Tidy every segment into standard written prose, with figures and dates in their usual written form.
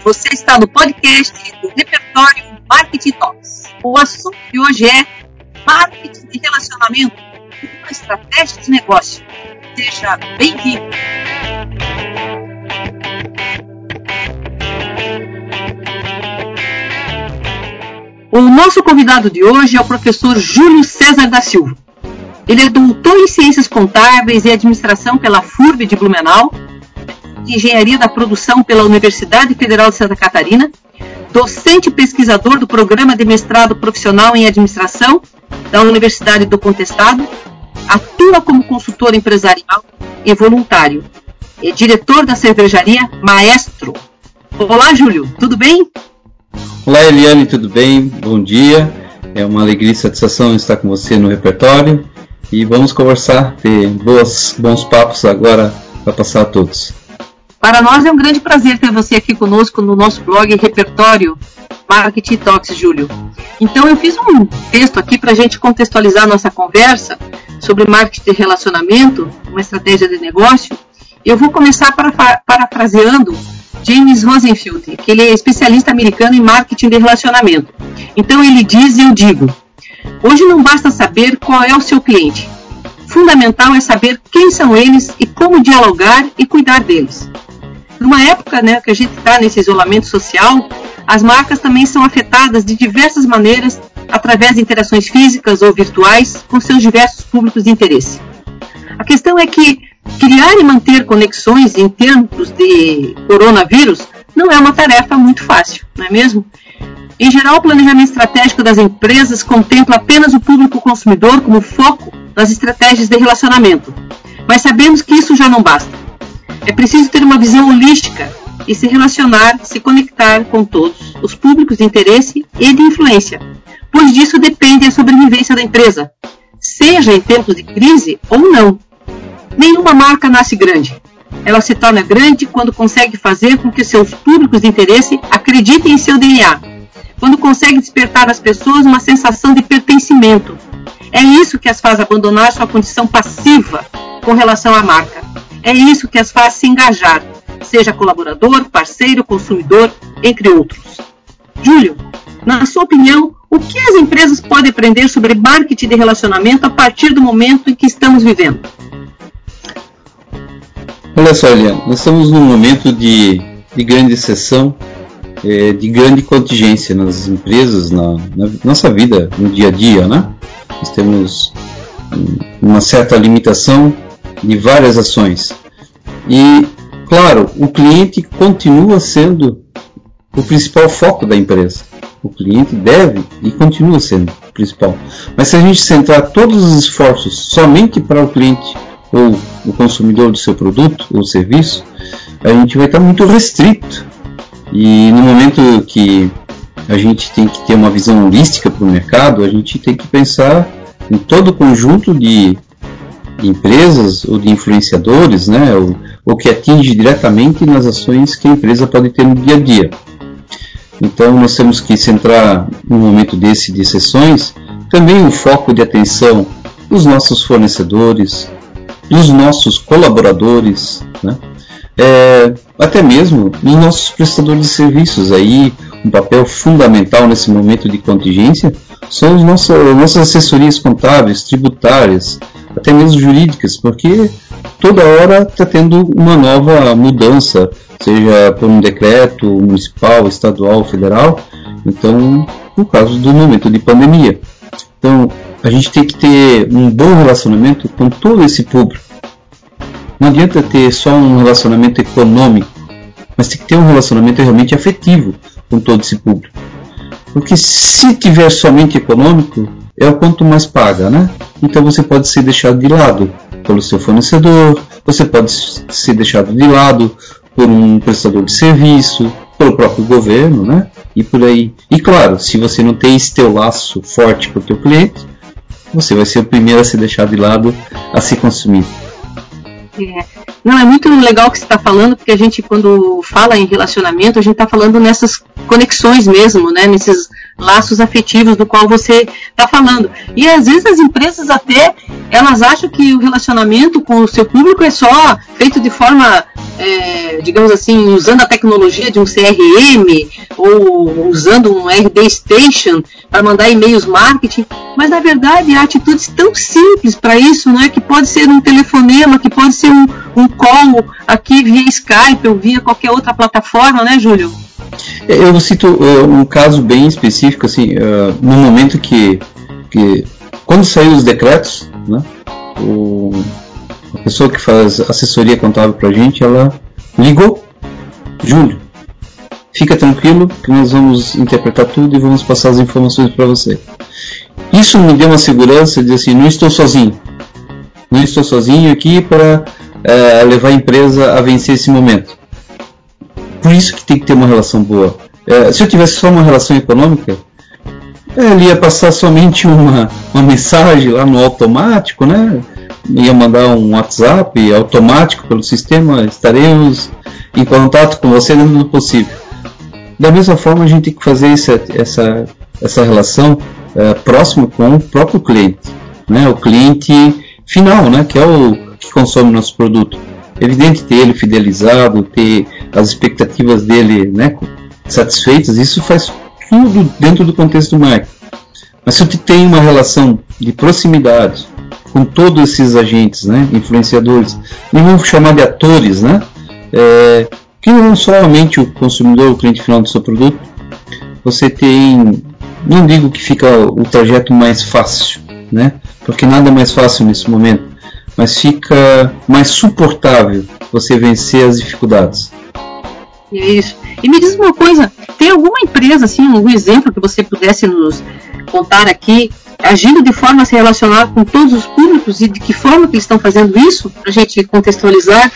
Você está no podcast do Repertório Marketing Talks. O assunto de hoje é marketing de relacionamento, uma estratégia de negócio. Seja bem-vindo. O nosso convidado de hoje é o professor Júlio César da Silva. Ele é doutor em Ciências Contábeis e Administração pela FURB de Blumenau, de Engenharia da Produção pela Universidade Federal de Santa Catarina, docente e pesquisador do Programa de Mestrado Profissional em Administração da Universidade do Contestado, atua como consultor empresarial e voluntário. É diretor da cervejaria Maestro. Olá, Júlio, tudo bem? Olá, Eliane, tudo bem? Bom dia. É uma alegria e satisfação estar com você no repertório e vamos conversar, ter bons papos agora para passar a todos. Para nós é um grande prazer ter você aqui conosco no nosso blog Repertório Marketing Talks, Júlio. Então eu fiz um texto aqui para a gente contextualizar a nossa conversa sobre marketing de relacionamento, uma estratégia de negócio. Eu vou começar parafraseando James Rosenfield, que ele é especialista americano em marketing de relacionamento. Então ele diz e eu digo: hoje não basta saber qual é o seu cliente. Fundamental é saber quem são eles e como dialogar e cuidar deles. Numa época, que a gente está nesse isolamento social, as marcas também são afetadas de diversas maneiras através de interações físicas ou virtuais com seus diversos públicos de interesse. A questão é que criar e manter conexões em tempos de coronavírus não é uma tarefa muito fácil, não é mesmo? Em geral, o planejamento estratégico das empresas contempla apenas o público consumidor como foco nas estratégias de relacionamento. Mas sabemos que isso já não basta. É preciso ter uma visão holística e se relacionar, se conectar com todos os públicos de interesse e de influência, pois disso depende a sobrevivência da empresa, seja em tempos de crise ou não. Nenhuma marca nasce grande. Ela se torna grande quando consegue fazer com que seus públicos de interesse acreditem em seu DNA, quando consegue despertar nas pessoas uma sensação de pertencimento. É isso que as faz abandonar sua condição passiva com relação à marca. É isso que as faz se engajar, seja colaborador, parceiro, consumidor, entre outros. Júlio, na sua opinião, o que as empresas podem aprender sobre marketing de relacionamento a partir do momento em que estamos vivendo? Olha só, Eliane, nós estamos num momento de grande exceção, de grande contingência nas empresas, na nossa vida, no dia a dia, né? Nós temos uma certa limitação de várias ações. E, claro, o cliente continua sendo o principal foco da empresa. O cliente deve e continua sendo o principal. Mas se a gente centrar todos os esforços somente para o cliente ou o consumidor do seu produto ou serviço, a gente vai estar muito restrito. E no momento que a gente tem que ter uma visão holística para o mercado, a gente tem que pensar em todo o conjunto de empresas ou de influenciadores, ou que atinge diretamente nas ações que a empresa pode ter no dia a dia. Então nós temos que centrar no momento desse de sessões também o foco de atenção dos nossos fornecedores, dos nossos colaboradores, até mesmo dos nossos prestadores de serviços. Aí um papel fundamental nesse momento de contingência são as nossas assessorias contábeis, tributárias, até mesmo jurídicas, porque toda hora está tendo uma nova mudança, seja por um decreto municipal, estadual, federal, então, por causa do momento de pandemia. Então, a gente tem que ter um bom relacionamento com todo esse público. Não adianta ter só um relacionamento econômico, mas tem que ter um relacionamento realmente afetivo com todo esse público. Porque se tiver somente econômico, é o quanto mais paga, né? Então você pode ser deixado de lado pelo seu fornecedor, você pode ser deixado de lado por um prestador de serviço, pelo próprio governo, né? E por aí. E claro, se você não tem esse teu laço forte com o teu cliente, você vai ser o primeiro a ser deixado de lado, a ser consumido. Não, é muito legal o que você está falando, porque a gente, quando fala em relacionamento, a gente está falando nessas conexões mesmo, né, nesses laços afetivos do qual você está falando. E às vezes as empresas até, elas acham que o relacionamento com o seu público é só feito de forma, digamos assim, usando a tecnologia de um CRM ou usando um RD Station para mandar e-mails marketing, mas na verdade há atitudes tão simples para isso, né, que pode ser um telefonema, que pode ser um call aqui via Skype ou via qualquer outra plataforma, né, Júlio? Eu cito um caso bem específico, assim, no momento que quando saíram os decretos, né, a pessoa que faz assessoria contábil para a gente, ela ligou: Júlio, fica tranquilo que nós vamos interpretar tudo e vamos passar as informações para você. Isso me deu uma segurança de assim, não estou sozinho aqui para levar a empresa a vencer esse momento. Por isso que tem que ter uma relação boa. Se eu tivesse só uma relação econômica, ele ia passar somente uma mensagem lá no automático, né? Ia mandar um WhatsApp automático pelo sistema: estaremos em contato com você dentro do possível. Da mesma forma, a gente tem que fazer essa relação próxima com o próprio cliente, né? O cliente final, né? Que é o que consome o nosso produto. É evidente ter ele fidelizado, ter as expectativas dele, né, satisfeitas, isso faz tudo dentro do contexto do marketing. Mas se eu tenho uma relação de proximidade com todos esses agentes, né, influenciadores, nem vamos chamar de atores, né, que não somente o consumidor, o cliente final do seu produto, você tem, não digo que fica o trajeto mais fácil, né, porque nada é mais fácil nesse momento, mas fica mais suportável você vencer as dificuldades. É isso. E me diz uma coisa, tem alguma empresa, assim, algum exemplo que você pudesse nos contar aqui, agindo de forma a se relacionar com todos os públicos e de que forma que eles estão fazendo isso, para a gente contextualizar?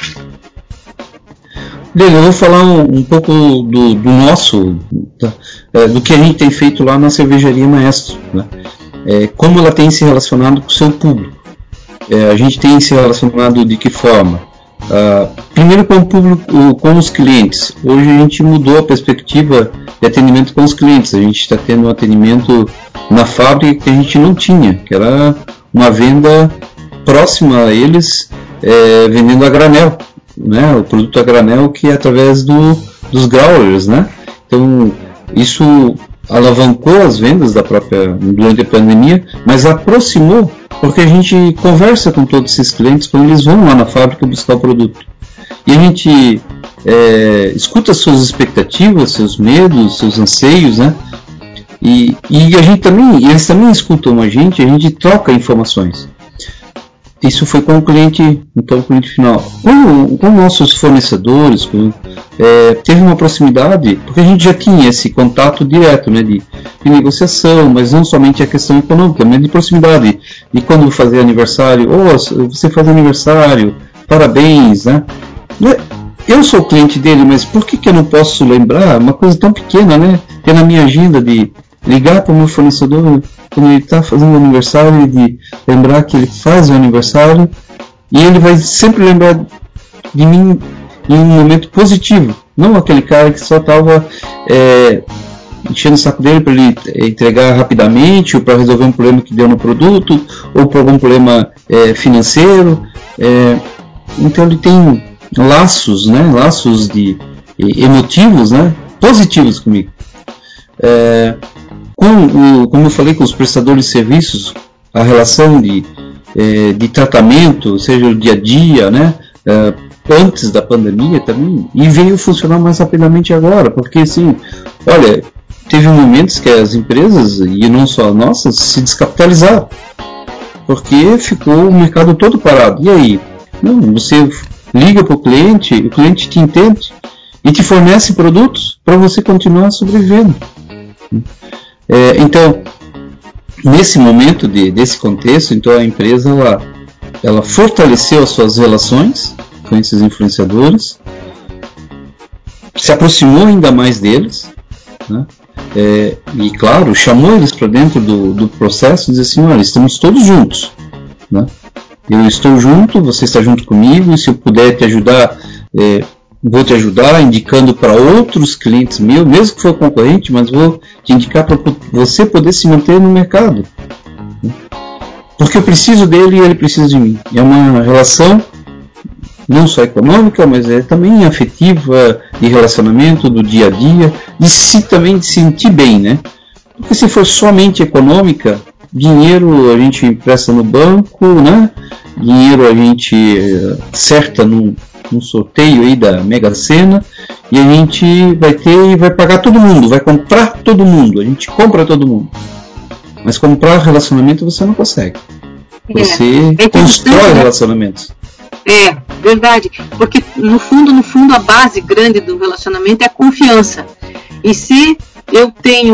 Bem, eu vou falar um pouco do nosso, do que a gente tem feito lá na Cervejaria Maestro, né? Como ela tem se relacionado com o seu público. A gente tem se relacionado de que forma? Primeiro com o público, com os clientes. Hoje a gente mudou a perspectiva de atendimento com os clientes. A gente está tendo um atendimento na fábrica que a gente não tinha, que era uma venda próxima a eles, vendendo a granel, né? O produto a granel, que é através dos growlers, né? Então isso alavancou as vendas durante a pandemia, mas aproximou, porque a gente conversa com todos esses clientes quando eles vão lá na fábrica buscar o produto. E a gente escuta suas expectativas, seus medos, seus anseios, né? E a gente também, eles também escutam a gente troca informações. Isso foi com o cliente, então o cliente final. Com nossos fornecedores, teve uma proximidade, porque a gente já tinha esse contato direto, né, de negociação, mas não somente a questão econômica, mas de proximidade, de quando fazer aniversário, você faz aniversário, parabéns, né? Eu sou cliente dele, mas por que eu não posso lembrar uma coisa tão pequena, né? Ter na minha agenda de ligar para o meu fornecedor quando ele está fazendo aniversário, de lembrar que ele faz o aniversário, e ele vai sempre lembrar de mim em um momento positivo, não aquele cara que só estava enchendo o saco dele para ele entregar rapidamente, ou para resolver um problema que deu no produto, ou para algum problema financeiro. Então ele tem laços, né, laços emotivos, né, positivos comigo. Como eu falei com os prestadores de serviços, a relação de tratamento, seja o dia a dia, né, antes da pandemia também, e veio funcionar mais rapidamente agora, porque assim, olha, teve momentos que as empresas, e não só nossas, se descapitalizaram, porque ficou o mercado todo parado. E aí? Não, você liga para o cliente te entende e te fornece produtos para você continuar sobrevivendo. Então, nesse momento desse contexto, então a empresa ela fortaleceu as suas relações com esses influenciadores, se aproximou ainda mais deles, né? E claro, chamou eles para dentro do processo e disse assim: olha, estamos todos juntos, né? Eu estou junto, você está junto comigo, e se eu puder te ajudar vou te ajudar indicando para outros clientes meus, mesmo que for concorrente, mas vou te indicar para você poder se manter no mercado. Porque eu preciso dele e ele precisa de mim. É uma relação não só econômica, mas é também afetiva, de relacionamento, do dia a dia, também de se sentir bem, né? Porque se for somente econômica, dinheiro a gente empresta no banco, né? Dinheiro a gente acerta num sorteio aí da Mega Sena e a gente vai ter e vai pagar todo mundo, vai comprar todo mundo, a gente compra todo mundo. Mas comprar relacionamento você não consegue. Você constrói relacionamentos. É, verdade. Porque no fundo, a base grande do relacionamento é a confiança. E se eu tenho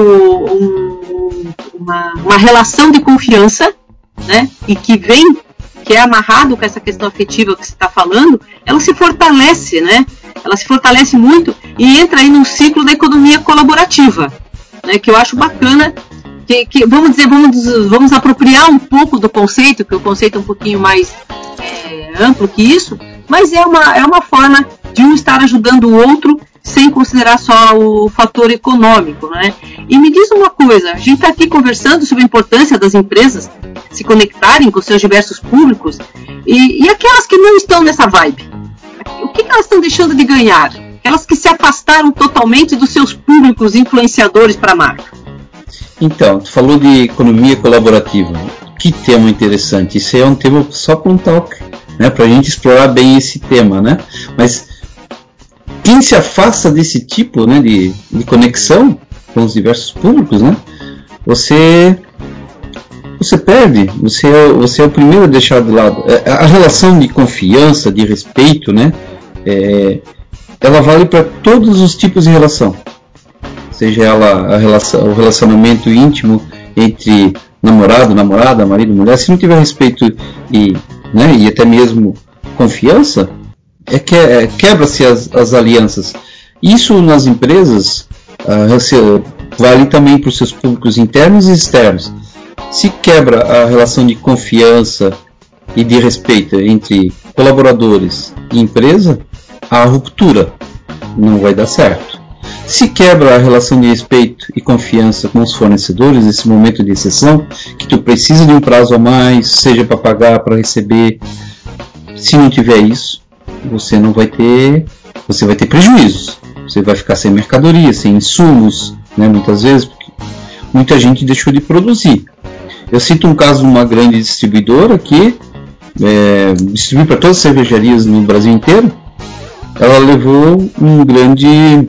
uma relação de confiança, né, e que é amarrado com essa questão afetiva que você está falando, ela se fortalece, né? Ela se fortalece muito e entra aí num ciclo da economia colaborativa, né, que eu acho bacana. Que vamos apropriar um pouco do conceito, que o conceito é um pouquinho mais amplo que isso, mas é uma forma de um estar ajudando o outro sem considerar só o fator econômico, né? E me diz uma coisa, a gente está aqui conversando sobre a importância das empresas se conectarem com seus diversos públicos e aquelas que não estão nessa vibe, o que elas estão deixando de ganhar? Aquelas que se afastaram totalmente dos seus públicos influenciadores para a marca. Então, tu falou de economia colaborativa. Que tema interessante. Isso é um tema só para um talk, né? Para a gente explorar bem esse tema, né? Mas quem se afasta desse tipo, né, de conexão com os diversos públicos, né? Você perde. Você é o primeiro a deixar de lado. A relação de confiança, de respeito, né? Ela vale para todos os tipos de relação. Seja ela o relacionamento íntimo entre namorado, namorada, marido, mulher, se não tiver respeito e até mesmo confiança, quebra-se as alianças. Isso nas empresas vale também para os seus públicos internos e externos. Se quebra a relação de confiança e de respeito entre colaboradores e empresa, há ruptura, não vai dar certo. Se quebra a relação de respeito e confiança com os fornecedores nesse momento de exceção, que tu precisa de um prazo a mais, seja para pagar, para receber, se não tiver isso, você vai ter prejuízos. Você vai ficar sem mercadoria, sem insumos, né, muitas vezes, porque muita gente deixou de produzir. Eu cito um caso de uma grande distribuidora que distribui para todas as cervejarias no Brasil inteiro. Ela levou um grande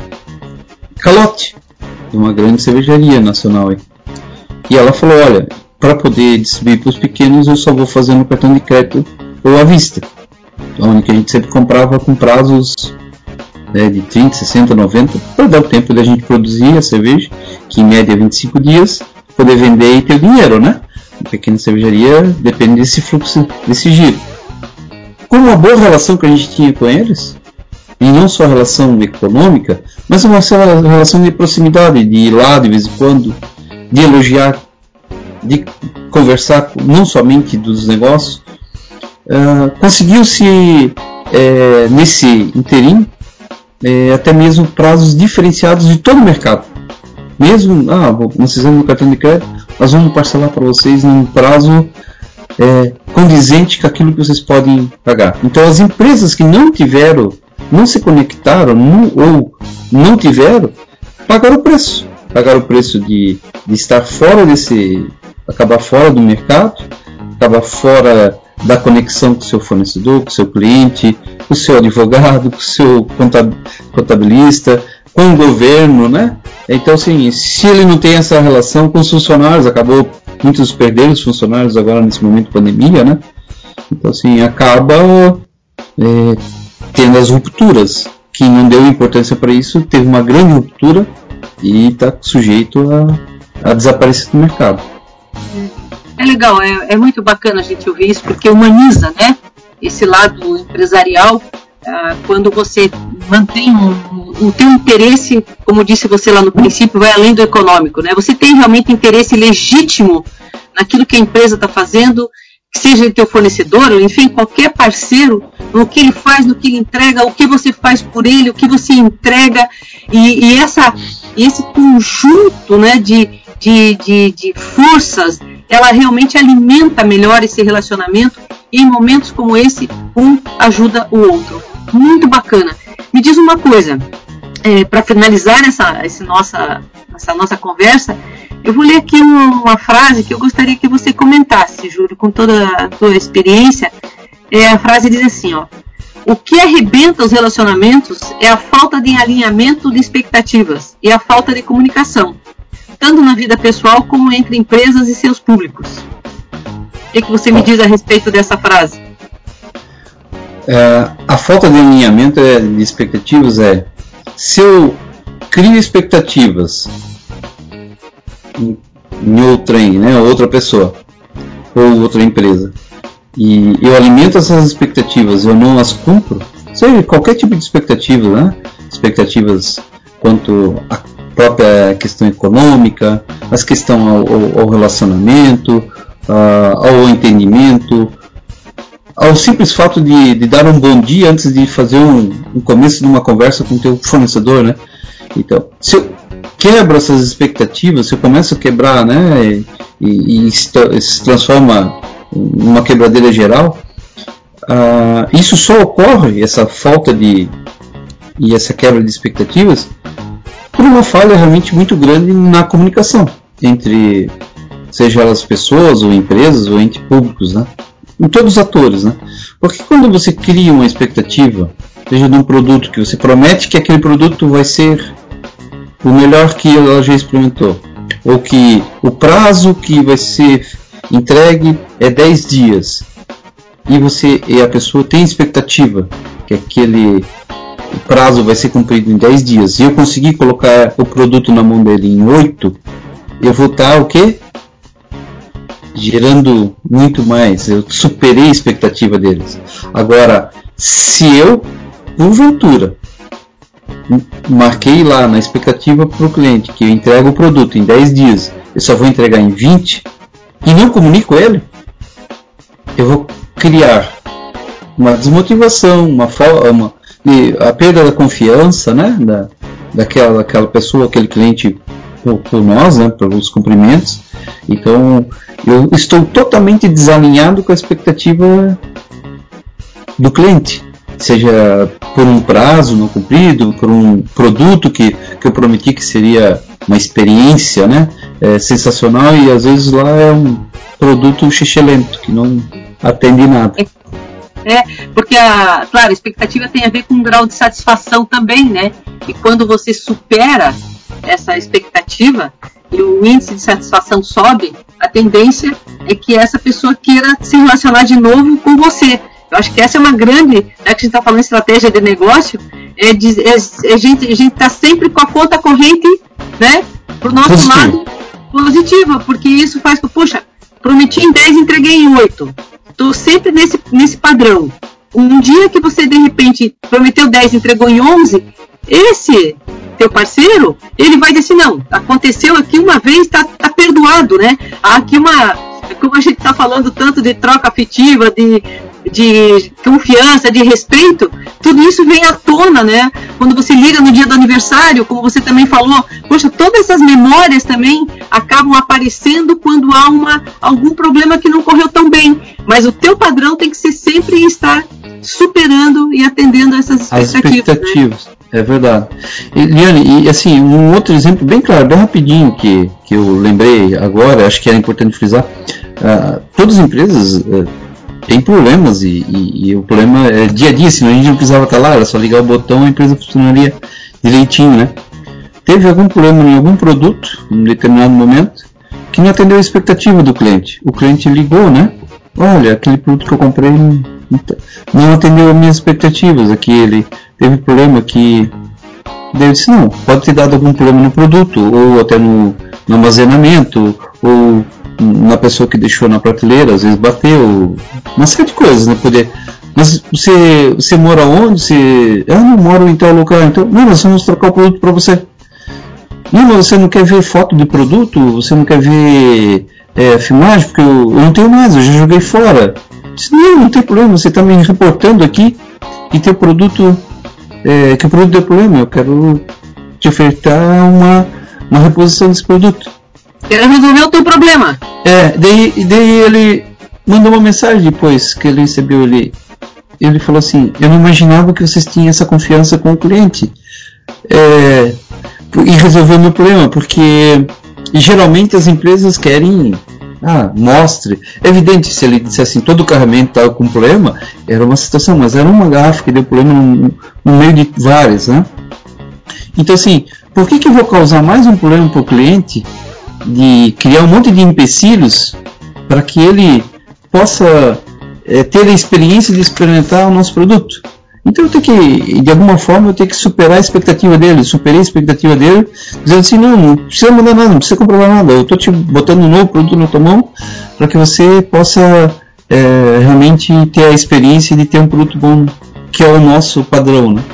calote de uma grande cervejaria nacional aí. E ela falou, olha, para poder distribuir para os pequenos eu só vou fazer no cartão de crédito ou à vista, onde a gente sempre comprava com prazos de 30, 60, 90, para dar o tempo da gente produzir a cerveja, que em média 25 dias, poder vender e ter o dinheiro, né? A pequena cervejaria depende desse fluxo, desse giro. Com uma boa relação que a gente tinha com eles, e não só a relação econômica, mas uma relação de proximidade, de ir lá de vez em quando, de elogiar, de conversar não somente dos negócios, conseguiu-se nesse interim até mesmo prazos diferenciados de todo o mercado. Mesmo, nós fizemos no cartão de crédito, nós vamos parcelar para vocês num prazo condizente com aquilo que vocês podem pagar. Então as empresas que não se conectaram ou não tiveram, pagaram o preço. Pagaram o preço de estar fora acabar fora do mercado, acabar fora da conexão com o seu fornecedor, com o seu cliente, com o seu advogado, com o seu contabilista, com o governo, né? Então, assim, se ele não tem essa relação com os funcionários, muitos perderam os funcionários agora nesse momento de pandemia, né? Então, assim, acaba tendo as rupturas. Quem não deu importância para isso teve uma grande ruptura e está sujeito a desaparecer do mercado. É legal, é muito bacana a gente ouvir isso, porque humaniza, né? Esse lado empresarial, quando você mantém o teu interesse, como disse você lá no princípio, vai além do econômico, né? Você tem realmente interesse legítimo naquilo que a empresa está fazendo, seja teu fornecedor, ou enfim, qualquer parceiro, no que ele faz, no que ele entrega, o que você faz por ele, o que você entrega, e esse conjunto, né, de forças, ela realmente alimenta melhor esse relacionamento, e em momentos como esse, um ajuda o outro. Muito bacana. Me diz uma coisa, para finalizar essa nossa conversa, eu vou ler aqui uma frase que eu gostaria que você comentasse, Júlio, com toda a tua experiência. A frase diz assim, ó: o que arrebenta os relacionamentos é a falta de alinhamento de expectativas e a falta de comunicação, tanto na vida pessoal como entre empresas e seus públicos. O que você me diz a respeito dessa frase? A falta de alinhamento de expectativas se eu crio expectativas em outrem, né, outra pessoa ou outra empresa, e eu alimento essas expectativas, eu não as cumpro, seja qualquer tipo de expectativa, né? Expectativas quanto à própria questão econômica, as questões ao relacionamento, ao entendimento, ao simples fato de dar um bom dia antes de fazer um começo de uma conversa com o teu fornecedor, né? Então, se eu quebro essas expectativas, se eu começo a quebrar, né, e se transforma em uma quebradeira geral, isso só ocorre, essa falta e essa quebra de expectativas, por uma falha realmente muito grande na comunicação entre, seja elas pessoas ou empresas ou entre públicos, né, em todos os atores, né, porque quando você cria uma expectativa, seja de um produto que você promete que aquele produto vai ser o melhor que ela já experimentou, ou que o prazo que vai ser entregue é 10 dias, e a pessoa tem expectativa que aquele prazo vai ser cumprido em 10 dias, e eu conseguir colocar o produto na mão dele em 8, eu vou estar o quê? Gerando muito mais, eu superei a expectativa deles. Agora, se eu, porventura, marquei lá na expectativa para o cliente que eu entrego o produto em 10 dias, eu só vou entregar em 20 e não comunico ele, eu vou criar uma desmotivação, a perda da confiança, né, daquela pessoa, aquele cliente por nós, né, pelos cumprimentos. Então eu estou totalmente desalinhado com a expectativa do cliente, seja por um prazo não cumprido, por um produto que eu prometi que seria uma experiência, né, sensacional, e às vezes lá é um produto xixelento que não atende nada. Porque claro, a expectativa tem a ver com um grau de satisfação também, né? E quando você supera essa expectativa e o índice de satisfação sobe, a tendência é que essa pessoa queira se relacionar de novo com você. Eu acho que essa é uma grande, já que a gente está falando de estratégia de negócio, a gente está sempre com a conta corrente, né, para o nosso lado positiva, porque isso faz que, poxa, prometi em 10, entreguei em 8. Estou sempre nesse padrão. Um dia que você, de repente, prometeu 10 e entregou em 11, esse teu parceiro, ele vai dizer assim, não, aconteceu aqui uma vez, está perdoado, né? Há aqui como a gente está falando tanto de troca afetiva, de confiança, de respeito, tudo isso vem à tona, né? Quando você liga no dia do aniversário, como você também falou, poxa, todas essas memórias também acabam aparecendo quando há algum problema que não correu tão bem. Mas o teu padrão tem que ser sempre estar superando e atendendo essas expectativas. Né? É verdade. Liane, e assim, um outro exemplo bem claro, bem rapidinho, que eu lembrei agora, acho que era importante frisar, todas as empresas têm problemas, e o problema é dia a dia, senão a gente não precisava estar lá, era só ligar o botão e a empresa funcionaria direitinho, né? Teve algum problema em algum produto, em um determinado momento, que não atendeu a expectativa do cliente. O cliente ligou, né? Olha, aquele produto que eu comprei não atendeu as minhas expectativas, aqui ele teve problema que eu disse, não, pode ter dado algum problema no produto, ou até no armazenamento, ou na pessoa que deixou na prateleira, às vezes bateu, uma série de coisas, né? Mas você mora onde? Eu não moro em tal lugar, então, não, nós vamos trocar o produto para você. Não, mas você não quer ver foto de produto, você não quer ver filmagem, porque eu não tenho mais, eu já joguei fora. Eu disse, não tem problema, você está me reportando aqui que teu produto, que o produto deu problema, eu quero te ofertar uma reposição desse produto. Quero resolver o teu problema. Daí ele mandou uma mensagem depois que ele recebeu, ele falou assim, eu não imaginava que vocês tinham essa confiança com o cliente e resolver o meu problema, porque geralmente as empresas querem, mostre. É evidente, se ele dissesse assim, todo o carregamento estava com problema, era uma situação, mas era uma garrafa que deu problema no meio de várias, né? Então assim, por que eu vou causar mais um problema para o cliente de criar um monte de empecilhos para que ele possa ter a experiência de experimentar o nosso produto? Então eu tenho que, de alguma forma, eu tenho que superar a expectativa dele. Superei a expectativa dele, dizendo assim, não precisa mudar nada, não precisa comprovar nada. Eu estou te botando um novo produto na tua mão para que você possa realmente ter a experiência de ter um produto bom, que é o nosso padrão, né?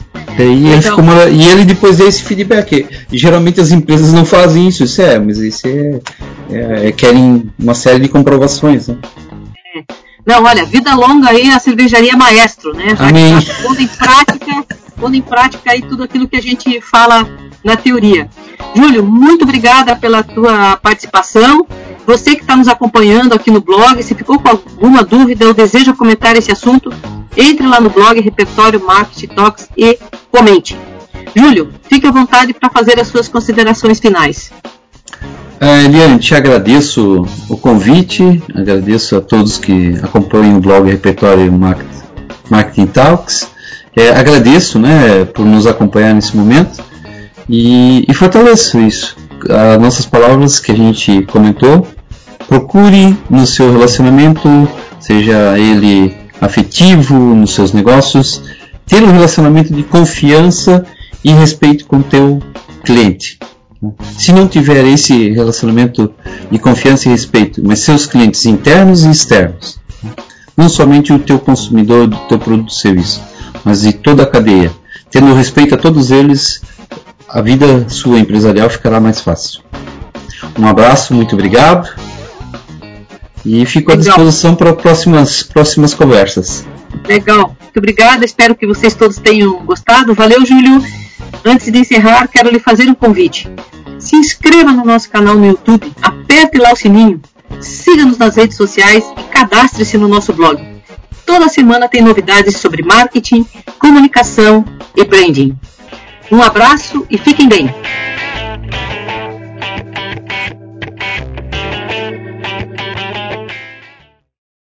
E ele depois deu esse feedback. E geralmente as empresas não fazem isso, mas isso querem uma série de comprovações, né? Não, olha, vida longa aí a cervejaria Maestro, né? Amém. Pondo em prática aí tudo aquilo que a gente fala na teoria. Júlio, muito obrigada pela tua participação. Você que está nos acompanhando aqui no blog, se ficou com alguma dúvida ou deseja comentar esse assunto, entre lá no blog Repertório Marketing Talks e comente. Júlio, fique à vontade para fazer as suas considerações finais. Eliane, te agradeço o convite, agradeço a todos que acompanham o blog Repertório Marketing Talks, agradeço, né, por nos acompanhar nesse momento e fortaleço isso, as nossas palavras que a gente comentou. Procure no seu relacionamento, seja ele afetivo, nos seus negócios, ter um relacionamento de confiança e respeito com o teu cliente. Se não tiver esse relacionamento de confiança e respeito, mas seus clientes internos e externos, não somente o teu consumidor do teu produto e serviço, mas de toda a cadeia, tendo respeito a todos eles, a vida sua empresarial ficará mais fácil. Um abraço, muito obrigado e fico à disposição para próximas conversas. Legal, muito obrigada, espero que vocês todos tenham gostado. Valeu, Júlio. Antes de encerrar, quero lhe fazer um convite. Se inscreva no nosso canal no YouTube, aperte lá o sininho, siga-nos nas redes sociais e cadastre-se no nosso blog. Toda semana tem novidades sobre marketing, comunicação e branding. Um abraço e fiquem bem!